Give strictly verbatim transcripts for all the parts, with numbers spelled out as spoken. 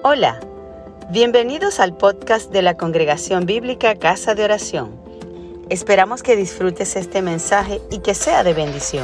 Hola, bienvenidos al podcast de la Congregación Bíblica Casa de Oración. Esperamos que disfrutes este mensaje y que sea de bendición.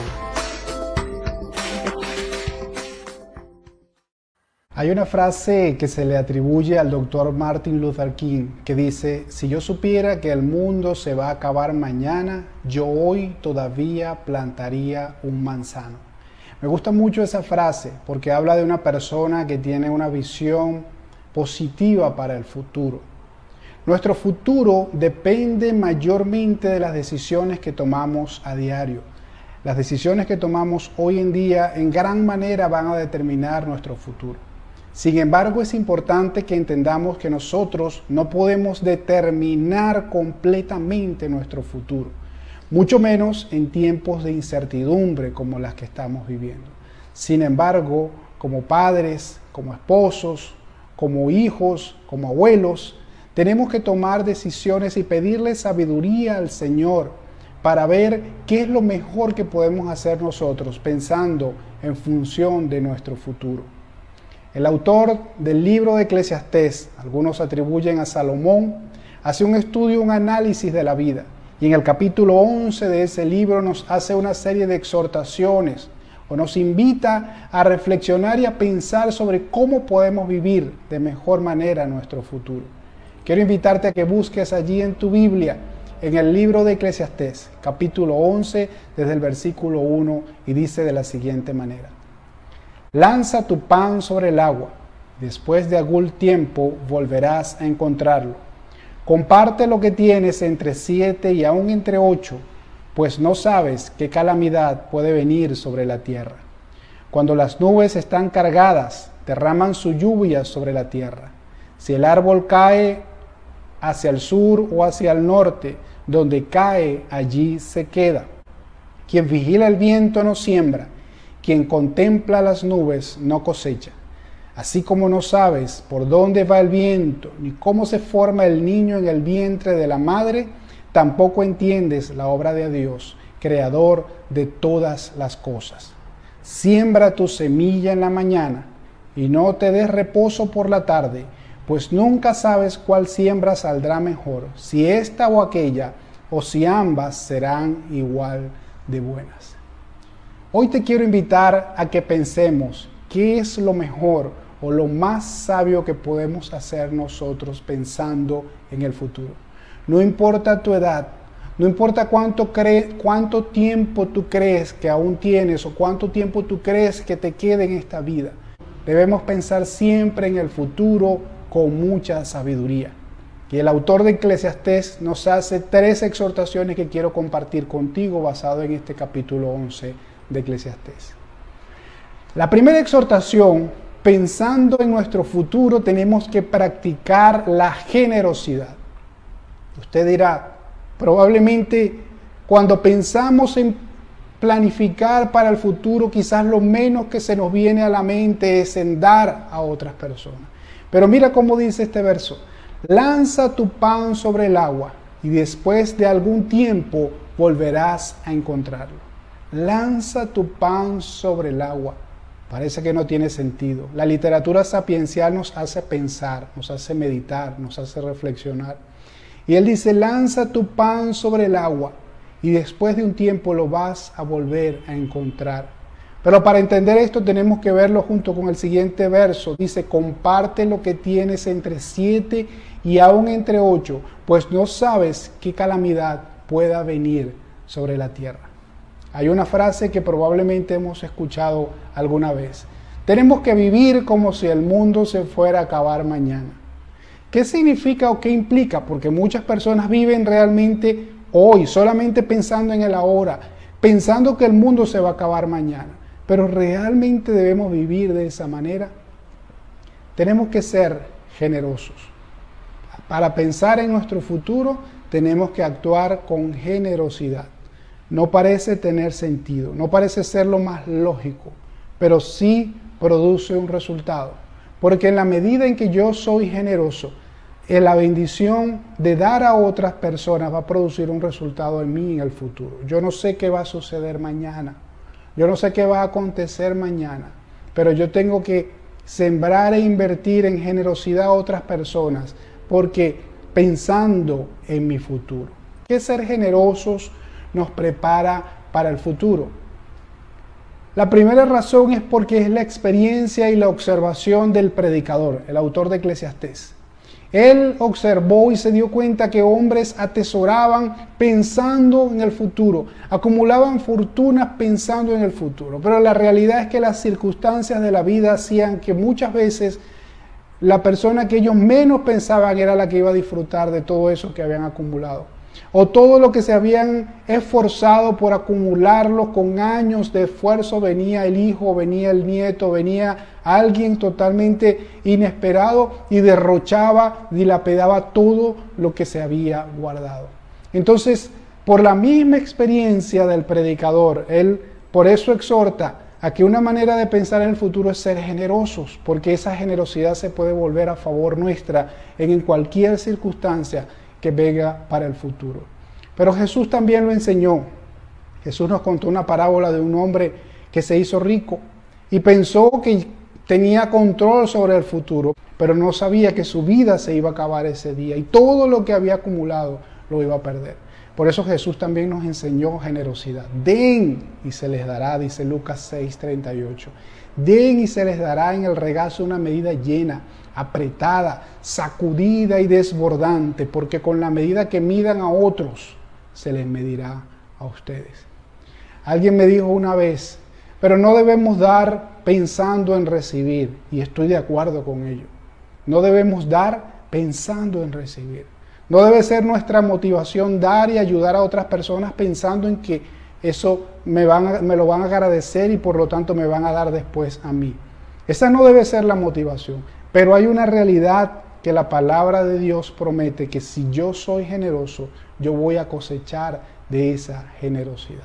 Hay una frase que se le atribuye al doctor Martin Luther King que dice: si yo supiera que el mundo se va a acabar mañana, yo hoy todavía plantaría un manzano. Me gusta mucho esa frase porque habla de una persona que tiene una visión positiva para el futuro. Nuestro futuro depende mayormente de las decisiones que tomamos a diario. Las decisiones que tomamos hoy en día en gran manera van a determinar nuestro futuro. Sin embargo, es importante que entendamos que nosotros no podemos determinar completamente nuestro futuro, mucho menos en tiempos de incertidumbre como las que estamos viviendo. Sin embargo, como padres, como esposos, como hijos, como abuelos, tenemos que tomar decisiones y pedirle sabiduría al Señor para ver qué es lo mejor que podemos hacer nosotros pensando en función de nuestro futuro. El autor del libro de Eclesiastés, algunos atribuyen a Salomón, hace un estudio, un análisis de la vida. Y en el capítulo once de ese libro nos hace una serie de exhortaciones o nos invita a reflexionar y a pensar sobre cómo podemos vivir de mejor manera nuestro futuro. Quiero invitarte a que busques allí en tu Biblia, en el libro de Eclesiastés, capítulo once, desde el versículo uno, y dice de la siguiente manera: lanza tu pan sobre el agua, después de algún tiempo volverás a encontrarlo. Comparte lo que tienes entre siete y aún entre ocho, pues no sabes qué calamidad puede venir sobre la tierra. Cuando las nubes están cargadas, derraman su lluvia sobre la tierra. Si el árbol cae hacia el sur o hacia el norte, donde cae, allí se queda. Quien vigila el viento no siembra, quien contempla las nubes no cosecha. Así como no sabes por dónde va el viento, ni cómo se forma el niño en el vientre de la madre, tampoco entiendes la obra de Dios, creador de todas las cosas. Siembra tu semilla en la mañana y no te des reposo por la tarde, pues nunca sabes cuál siembra saldrá mejor, si esta o aquella, o si ambas serán igual de buenas. Hoy te quiero invitar a que pensemos qué es lo mejor o lo más sabio que podemos hacer nosotros pensando en el futuro. No importa tu edad, no importa cuánto, cre- cuánto tiempo tú crees que aún tienes o cuánto tiempo tú crees que te queda en esta vida. Debemos pensar siempre en el futuro con mucha sabiduría. Y el autor de Eclesiastés nos hace tres exhortaciones que quiero compartir contigo basado en este capítulo once de Eclesiastés. La primera exhortación: pensando en nuestro futuro, tenemos que practicar la generosidad. Usted dirá, probablemente cuando pensamos en planificar para el futuro, quizás lo menos que se nos viene a la mente es en dar a otras personas. Pero mira cómo dice este verso: lanza tu pan sobre el agua y después de algún tiempo volverás a encontrarlo. Lanza tu pan sobre el agua. Parece que no tiene sentido. La literatura sapiencial nos hace pensar, nos hace meditar, nos hace reflexionar. Y él dice: lanza tu pan sobre el agua y después de un tiempo lo vas a volver a encontrar. Pero para entender esto tenemos que verlo junto con el siguiente verso. Dice: comparte lo que tienes entre siete y aún entre ocho, pues no sabes qué calamidad pueda venir sobre la tierra. Hay una frase que probablemente hemos escuchado alguna vez: tenemos que vivir como si el mundo se fuera a acabar mañana. ¿Qué significa o qué implica? Porque muchas personas viven realmente hoy, solamente pensando en el ahora, pensando que el mundo se va a acabar mañana. Pero ¿realmente debemos vivir de esa manera? Tenemos que ser generosos. Para pensar en nuestro futuro, tenemos que actuar con generosidad. No parece tener sentido, no parece ser lo más lógico, pero sí produce un resultado. Porque en la medida en que yo soy generoso, en la bendición de dar a otras personas va a producir un resultado en mí en el futuro. Yo no sé qué va a suceder mañana, yo no sé qué va a acontecer mañana, pero yo tengo que sembrar e invertir en generosidad a otras personas, porque pensando en mi futuro. ¿Qué ser generosos nos prepara para el futuro? La primera razón es porque es la experiencia y la observación del predicador, el autor de Eclesiastés. Él observó y se dio cuenta que hombres atesoraban pensando en el futuro, acumulaban fortunas pensando en el futuro. Pero la realidad es que las circunstancias de la vida hacían que muchas veces la persona que ellos menos pensaban era la que iba a disfrutar de todo eso que habían acumulado. O todo lo que se habían esforzado por acumularlo con años de esfuerzo, venía el hijo, venía el nieto, venía alguien totalmente inesperado y derrochaba, dilapidaba todo lo que se había guardado. Entonces, por la misma experiencia del predicador, él por eso exhorta a que una manera de pensar en el futuro es ser generosos, porque esa generosidad se puede volver a favor nuestra en cualquier circunstancia que venga para el futuro. Pero Jesús también lo enseñó. Jesús nos contó una parábola de un hombre que se hizo rico y pensó que tenía control sobre el futuro, pero no sabía que su vida se iba a acabar ese día y todo lo que había acumulado lo iba a perder. Por eso Jesús también nos enseñó generosidad. Den y se les dará, dice Lucas seis, treinta y ocho. Den y se les dará en el regazo una medida llena, apretada, sacudida y desbordante, porque con la medida que midan a otros, se les medirá a ustedes. Alguien me dijo una vez, pero no debemos dar pensando en recibir, y estoy de acuerdo con ello. No debemos dar pensando en recibir. No debe ser nuestra motivación dar y ayudar a otras personas pensando en que eso me, van a, me lo van a agradecer y por lo tanto me van a dar después a mí. Esa no debe ser la motivación. Pero hay una realidad que la palabra de Dios promete, que si yo soy generoso, yo voy a cosechar de esa generosidad.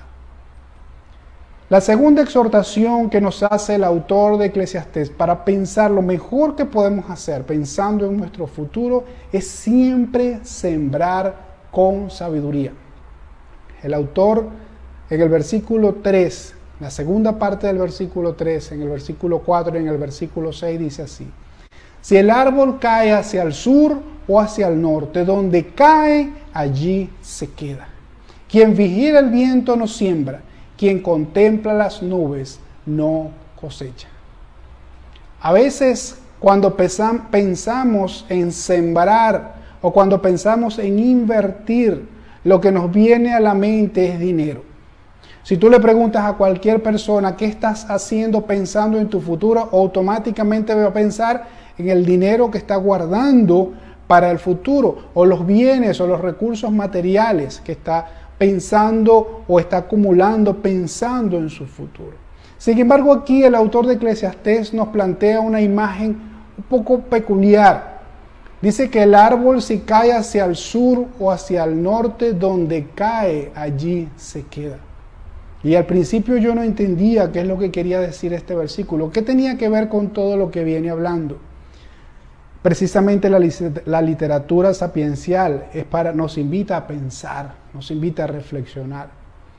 La segunda exhortación que nos hace el autor de Eclesiastés para pensar lo mejor que podemos hacer, pensando en nuestro futuro, es siempre sembrar con sabiduría. El autor en el versículo tres, la segunda parte del versículo tres, en el versículo cuatro y en el versículo seis dice así: si el árbol cae hacia el sur o hacia el norte, donde cae, allí se queda. Quien vigila el viento no siembra, quien contempla las nubes no cosecha. A veces cuando pensamos en sembrar o cuando pensamos en invertir, lo que nos viene a la mente es dinero. Si tú le preguntas a cualquier persona qué estás haciendo pensando en tu futuro, automáticamente va a pensar en el dinero que está guardando para el futuro, o los bienes o los recursos materiales que está pensando o está acumulando pensando en su futuro. Sin embargo, aquí el autor de Eclesiastés nos plantea una imagen un poco peculiar. Dice que el árbol, si cae hacia el sur o hacia el norte, donde cae, allí se queda. Y al principio yo no entendía qué es lo que quería decir este versículo. ¿Qué tenía que ver con todo lo que viene hablando? Precisamente la, la literatura sapiencial es para, nos invita a pensar, nos invita a reflexionar.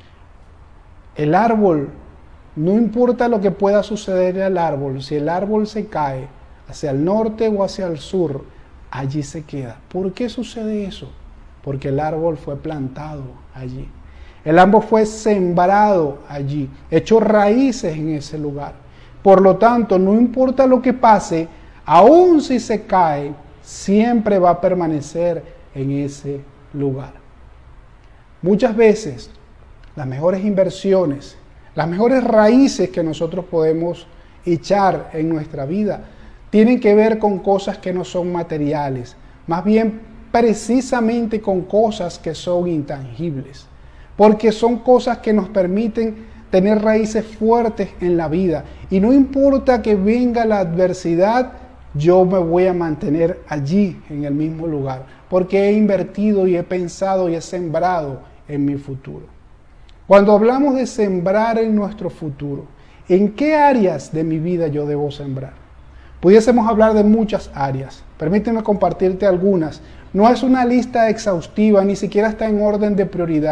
El árbol, no importa lo que pueda suceder al árbol, si el árbol se cae hacia el norte o hacia el sur, allí se queda. ¿Por qué sucede eso? Porque el árbol fue plantado allí. El árbol fue sembrado allí, echó raíces en ese lugar. Por lo tanto, no importa lo que pase, aun si se cae, siempre va a permanecer en ese lugar. Muchas veces, las mejores inversiones, las mejores raíces que nosotros podemos echar en nuestra vida, tienen que ver con cosas que no son materiales, más bien precisamente con cosas que son intangibles, porque son cosas que nos permiten tener raíces fuertes en la vida, y no importa que venga la adversidad, yo me voy a mantener allí en el mismo lugar, porque he invertido y he pensado y he sembrado en mi futuro. Cuando hablamos de sembrar en nuestro futuro, ¿en qué áreas de mi vida yo debo sembrar? Pudiésemos hablar de muchas áreas. Permíteme compartirte algunas. No es una lista exhaustiva, ni siquiera está en orden de prioridad.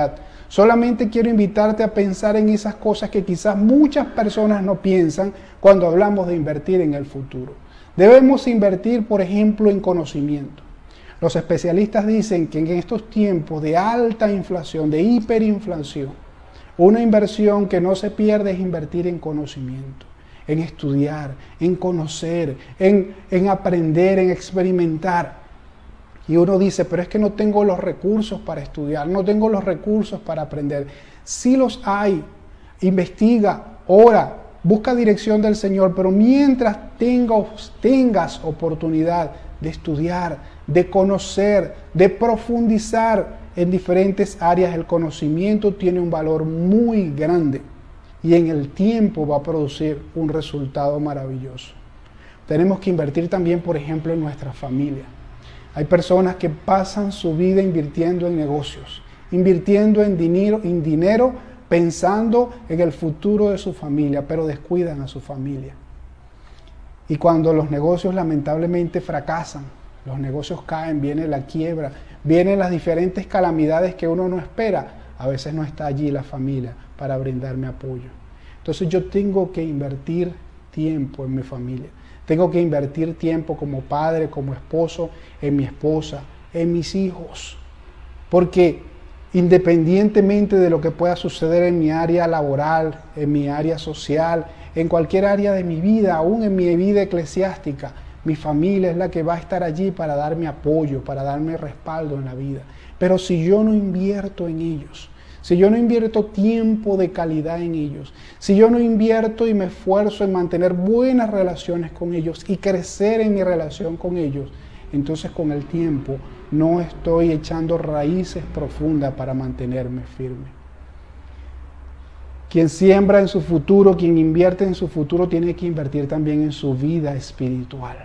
Solamente quiero invitarte a pensar en esas cosas que quizás muchas personas no piensan cuando hablamos de invertir en el futuro. Debemos invertir, por ejemplo, en conocimiento. Los especialistas dicen que en estos tiempos de alta inflación, de hiperinflación, una inversión que no se pierde es invertir en conocimiento, en estudiar, en conocer, en, en aprender, en experimentar. Y uno dice, pero es que no tengo los recursos para estudiar, no tengo los recursos para aprender. Sí los hay. Investiga, ora, busca dirección del Señor, pero mientras tengas, tengas oportunidad de estudiar, de conocer, de profundizar en diferentes áreas, el conocimiento tiene un valor muy grande y en el tiempo va a producir un resultado maravilloso. Tenemos que invertir también, por ejemplo, en nuestra familia. Hay personas que pasan su vida invirtiendo en negocios, invirtiendo en dinero, en dinero, pensando en el futuro de su familia, pero descuidan a su familia. Y cuando los negocios lamentablemente fracasan, los negocios caen, viene la quiebra, vienen las diferentes calamidades que uno no espera, a veces no está allí la familia para brindarme apoyo. Entonces yo tengo que invertir tiempo en mi familia. Tengo que invertir tiempo como padre, como esposo, en mi esposa, en mis hijos. Porque independientemente de lo que pueda suceder en mi área laboral, en mi área social, en cualquier área de mi vida, aún en mi vida eclesiástica, mi familia es la que va a estar allí para darme apoyo, para darme respaldo en la vida. Pero si yo no invierto en ellos, si yo no invierto tiempo de calidad en ellos, si yo no invierto y me esfuerzo en mantener buenas relaciones con ellos y crecer en mi relación con ellos, entonces con el tiempo no estoy echando raíces profundas para mantenerme firme. Quien siembra en su futuro, quien invierte en su futuro, tiene que invertir también en su vida espiritual.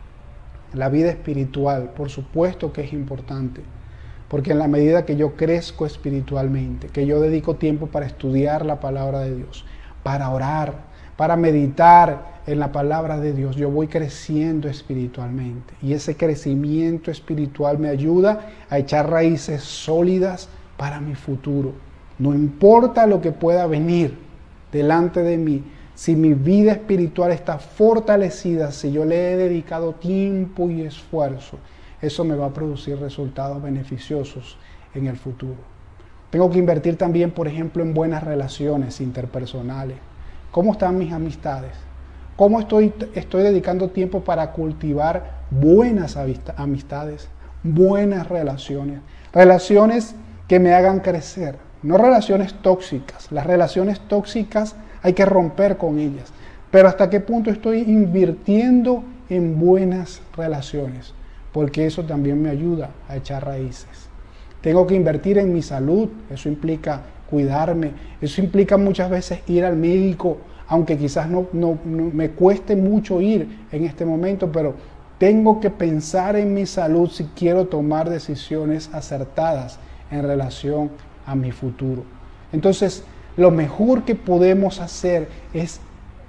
La vida espiritual, por supuesto que es importante. Porque en la medida que yo crezco espiritualmente, que yo dedico tiempo para estudiar la palabra de Dios, para orar, para meditar en la palabra de Dios, yo voy creciendo espiritualmente. Y ese crecimiento espiritual me ayuda a echar raíces sólidas para mi futuro. No importa lo que pueda venir delante de mí, si mi vida espiritual está fortalecida, si yo le he dedicado tiempo y esfuerzo, eso me va a producir resultados beneficiosos en el futuro. Tengo que invertir también, por ejemplo, en buenas relaciones interpersonales. ¿Cómo están mis amistades? ¿Cómo estoy, estoy dedicando tiempo para cultivar buenas amistades, buenas relaciones? Relaciones que me hagan crecer, no relaciones tóxicas. Las relaciones tóxicas hay que romper con ellas. Pero ¿hasta qué punto estoy invirtiendo en buenas relaciones? Porque eso también me ayuda a echar raíces. Tengo que invertir en mi salud, eso implica cuidarme, eso implica muchas veces ir al médico, aunque quizás no, no, no me cueste mucho ir en este momento, pero tengo que pensar en mi salud si quiero tomar decisiones acertadas en relación a mi futuro. Entonces, lo mejor que podemos hacer es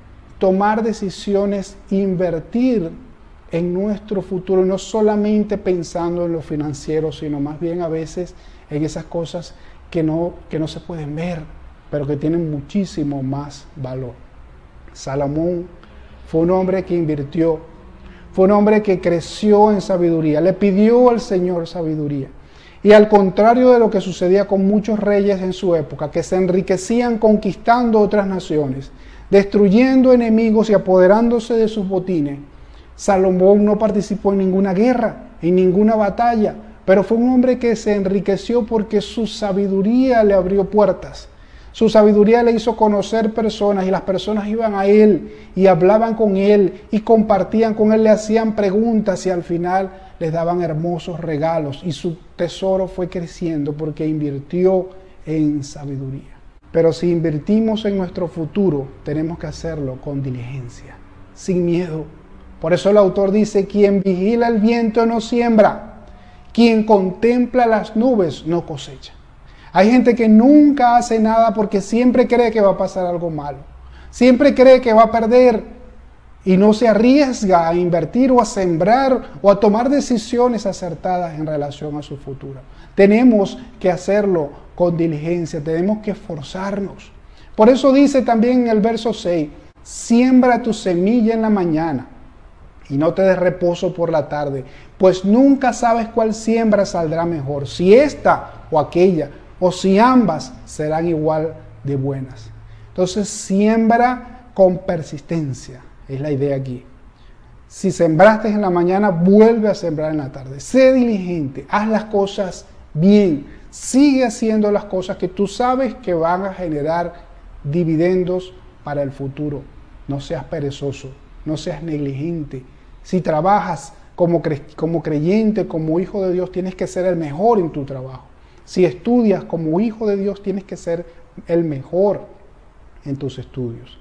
tomar decisiones, invertir en nuestro futuro, no solamente pensando en lo financiero, sino más bien a veces en esas cosas que no, que no se pueden ver, pero que tienen muchísimo más valor. Salomón fue un hombre que invirtió, fue un hombre que creció en sabiduría, le pidió al Señor sabiduría. Y al contrario de lo que sucedía con muchos reyes en su época, que se enriquecían conquistando otras naciones, destruyendo enemigos y apoderándose de sus botines, Salomón no participó en ninguna guerra, en ninguna batalla, pero fue un hombre que se enriqueció porque su sabiduría le abrió puertas. Su sabiduría le hizo conocer personas y las personas iban a él y hablaban con él y compartían con él, le hacían preguntas y al final les daban hermosos regalos y su tesoro fue creciendo porque invirtió en sabiduría. Pero si invertimos en nuestro futuro, tenemos que hacerlo con diligencia, sin miedo. Por eso el autor dice, quien vigila el viento no siembra, quien contempla las nubes no cosecha. Hay gente que nunca hace nada porque siempre cree que va a pasar algo malo, siempre cree que va a perder. y no se arriesga a invertir o a sembrar o a tomar decisiones acertadas en relación a su futuro. Tenemos que hacerlo con diligencia, tenemos que esforzarnos. Por eso dice también en el verso seis, siembra tu semilla en la mañana y no te des reposo por la tarde, pues nunca sabes cuál siembra saldrá mejor, si esta o aquella, o si ambas serán igual de buenas. Entonces siembra con persistencia, es la idea aquí. Si sembraste en la mañana, vuelve a sembrar en la tarde. Sé diligente, haz las cosas bien, sigue haciendo las cosas que tú sabes que van a generar dividendos para el futuro. No seas perezoso, no seas negligente. Si trabajas como, cre- como creyente, como hijo de Dios, tienes que ser el mejor en tu trabajo. Si estudias como hijo de Dios, tienes que ser el mejor en tus estudios.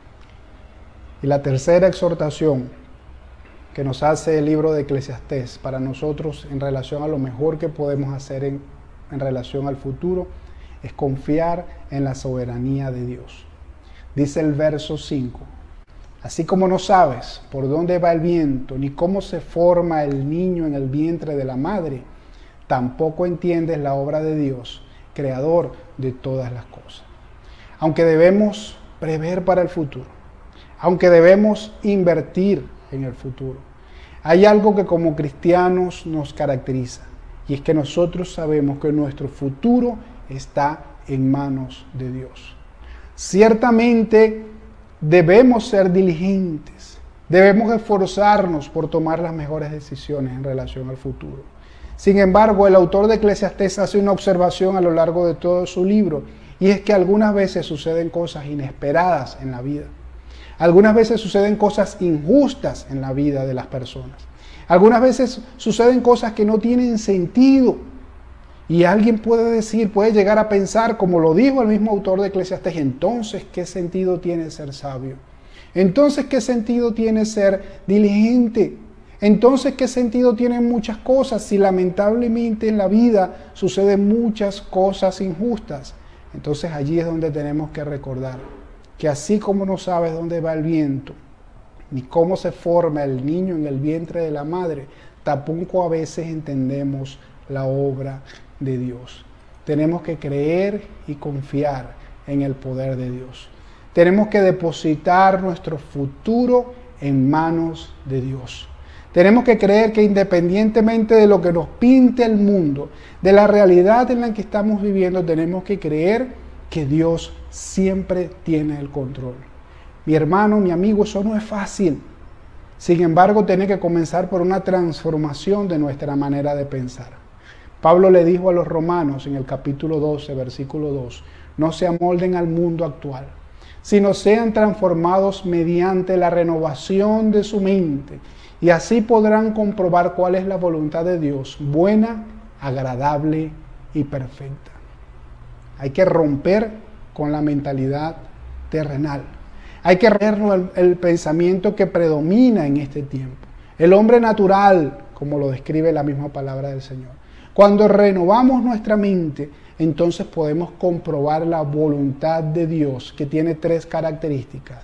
Y la tercera exhortación que nos hace el libro de Eclesiastés para nosotros en relación a lo mejor que podemos hacer en, en relación al futuro es confiar en la soberanía de Dios. Dice el verso cinco, así como no sabes por dónde va el viento, ni cómo se forma el niño en el vientre de la madre, tampoco entiendes la obra de Dios, creador de todas las cosas. Aunque debemos prever para el futuro, aunque debemos invertir en el futuro, hay algo que como cristianos nos caracteriza, y es que nosotros sabemos que nuestro futuro está en manos de Dios. Ciertamente debemos ser diligentes, debemos esforzarnos por tomar las mejores decisiones en relación al futuro. Sin embargo, el autor de Eclesiastés hace una observación a lo largo de todo su libro, y es que algunas veces suceden cosas inesperadas en la vida. Algunas veces suceden cosas injustas en la vida de las personas. Algunas veces suceden cosas que no tienen sentido. Y alguien puede decir, puede llegar a pensar, como lo dijo el mismo autor de Eclesiastés, entonces, ¿qué sentido tiene ser sabio? Entonces, ¿qué sentido tiene ser diligente? Entonces, ¿qué sentido tienen muchas cosas si lamentablemente en la vida suceden muchas cosas injustas? Entonces allí es donde tenemos que recordar que así como no sabes dónde va el viento, ni cómo se forma el niño en el vientre de la madre, tampoco a veces entendemos la obra de Dios. Tenemos que creer y confiar en el poder de Dios. Tenemos que depositar nuestro futuro en manos de Dios. Tenemos que creer que independientemente de lo que nos pinte el mundo, de la realidad en la que estamos viviendo, tenemos que creer que Dios siempre tiene el control. Mi hermano, mi amigo, eso no es fácil. Sin embargo, tiene que comenzar por una transformación de nuestra manera de pensar. Pablo le dijo a los romanos en el capítulo doce, versículo dos, no se amolden al mundo actual, sino sean transformados mediante la renovación de su mente, y así podrán comprobar cuál es la voluntad de Dios, buena, agradable y perfecta. Hay que romper con la mentalidad terrenal. Hay que romper el, el pensamiento que predomina en este tiempo. El hombre natural, como lo describe la misma palabra del Señor. Cuando renovamos nuestra mente, entonces podemos comprobar la voluntad de Dios, que tiene tres características.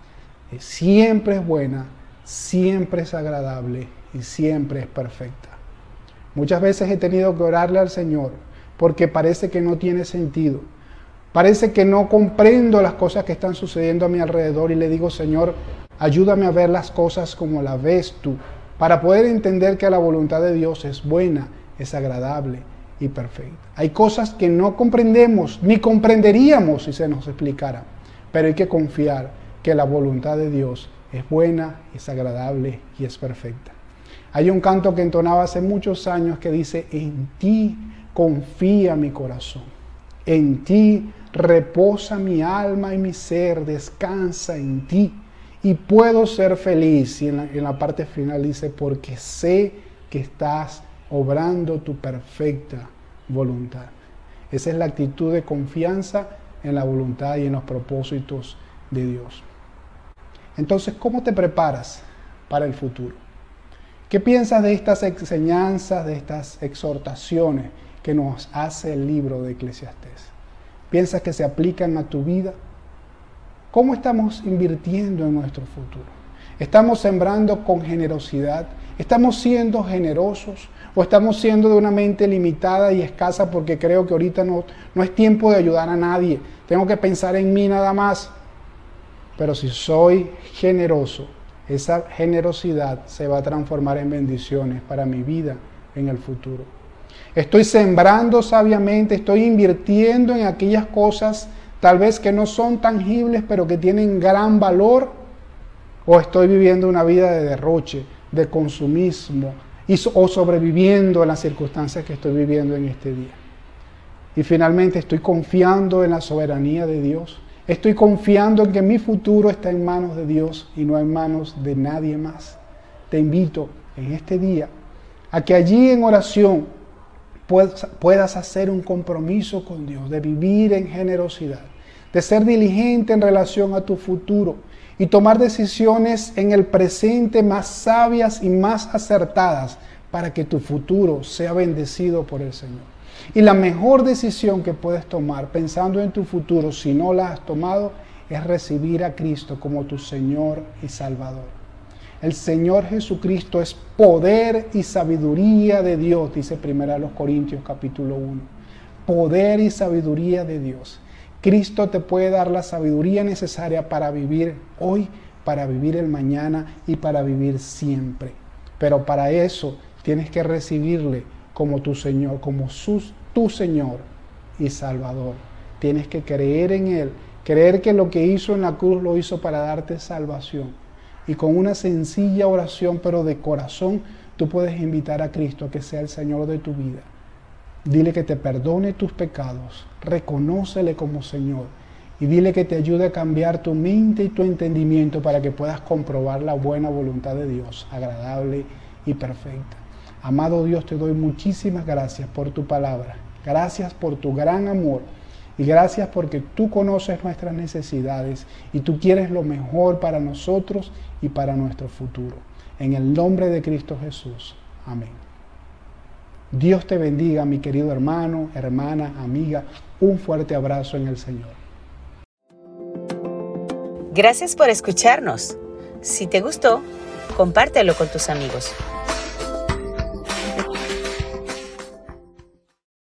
Siempre es buena, siempre es agradable y siempre es perfecta. Muchas veces he tenido que orarle al Señor porque parece que no tiene sentido. Parece que no comprendo las cosas que están sucediendo a mi alrededor y le digo, Señor, ayúdame a ver las cosas como las ves tú, para poder entender que la voluntad de Dios es buena, es agradable y perfecta. Hay cosas que no comprendemos ni comprenderíamos si se nos explicara, pero hay que confiar que la voluntad de Dios es buena, es agradable y es perfecta. Hay un canto que entonaba hace muchos años que dice, en ti confía mi corazón, en ti reposa mi alma y mi ser, descansa en ti y puedo ser feliz. Y en la, en la parte final dice, porque sé que estás obrando tu perfecta voluntad. Esa es la actitud de confianza en la voluntad y en los propósitos de Dios. Entonces, ¿cómo te preparas para el futuro? ¿Qué piensas de estas enseñanzas, de estas exhortaciones que nos hace el libro de Eclesiastés? ¿Piensas que se aplican a tu vida? ¿Cómo estamos invirtiendo en nuestro futuro? ¿Estamos sembrando con generosidad? ¿Estamos siendo generosos? ¿O estamos siendo de una mente limitada y escasa porque creo que ahorita no, no es tiempo de ayudar a nadie? Tengo que pensar en mí nada más. Pero si soy generoso, esa generosidad se va a transformar en bendiciones para mi vida en el futuro. Estoy sembrando sabiamente, estoy invirtiendo en aquellas cosas tal vez que no son tangibles, pero que tienen gran valor. O estoy viviendo una vida de derroche, de consumismo, y so, o sobreviviendo en las circunstancias que estoy viviendo en este día. Y finalmente estoy confiando en la soberanía de Dios. Estoy confiando en que mi futuro está en manos de Dios y no en manos de nadie más. Te invito en este día a que allí en oración puedas, puedas hacer un compromiso con Dios, de vivir en generosidad, de ser diligente en relación a tu futuro y tomar decisiones en el presente más sabias y más acertadas para que tu futuro sea bendecido por el Señor. Y la mejor decisión que puedes tomar pensando en tu futuro, si no la has tomado, es recibir a Cristo como tu Señor y Salvador. El Señor Jesucristo es poder y sabiduría de Dios, dice primero Corintios capítulo uno. Poder y sabiduría de Dios. Cristo te puede dar la sabiduría necesaria para vivir hoy, para vivir el mañana y para vivir siempre. Pero para eso tienes que recibirle como tu Señor, como sus, tu Señor y Salvador. Tienes que creer en Él, creer que lo que hizo en la cruz lo hizo para darte salvación. Y con una sencilla oración, pero de corazón, tú puedes invitar a Cristo a que sea el Señor de tu vida. Dile que te perdone tus pecados, reconócele como Señor y dile que te ayude a cambiar tu mente y tu entendimiento para que puedas comprobar la buena voluntad de Dios, agradable y perfecta. Amado Dios, te doy muchísimas gracias por tu palabra, gracias por tu gran amor y gracias porque tú conoces nuestras necesidades y tú quieres lo mejor para nosotros y para nuestro futuro. En el nombre de Cristo Jesús. Amén. Dios te bendiga, mi querido hermano, hermana, amiga. Un fuerte abrazo en el Señor. Gracias por escucharnos. Si te gustó, compártelo con tus amigos.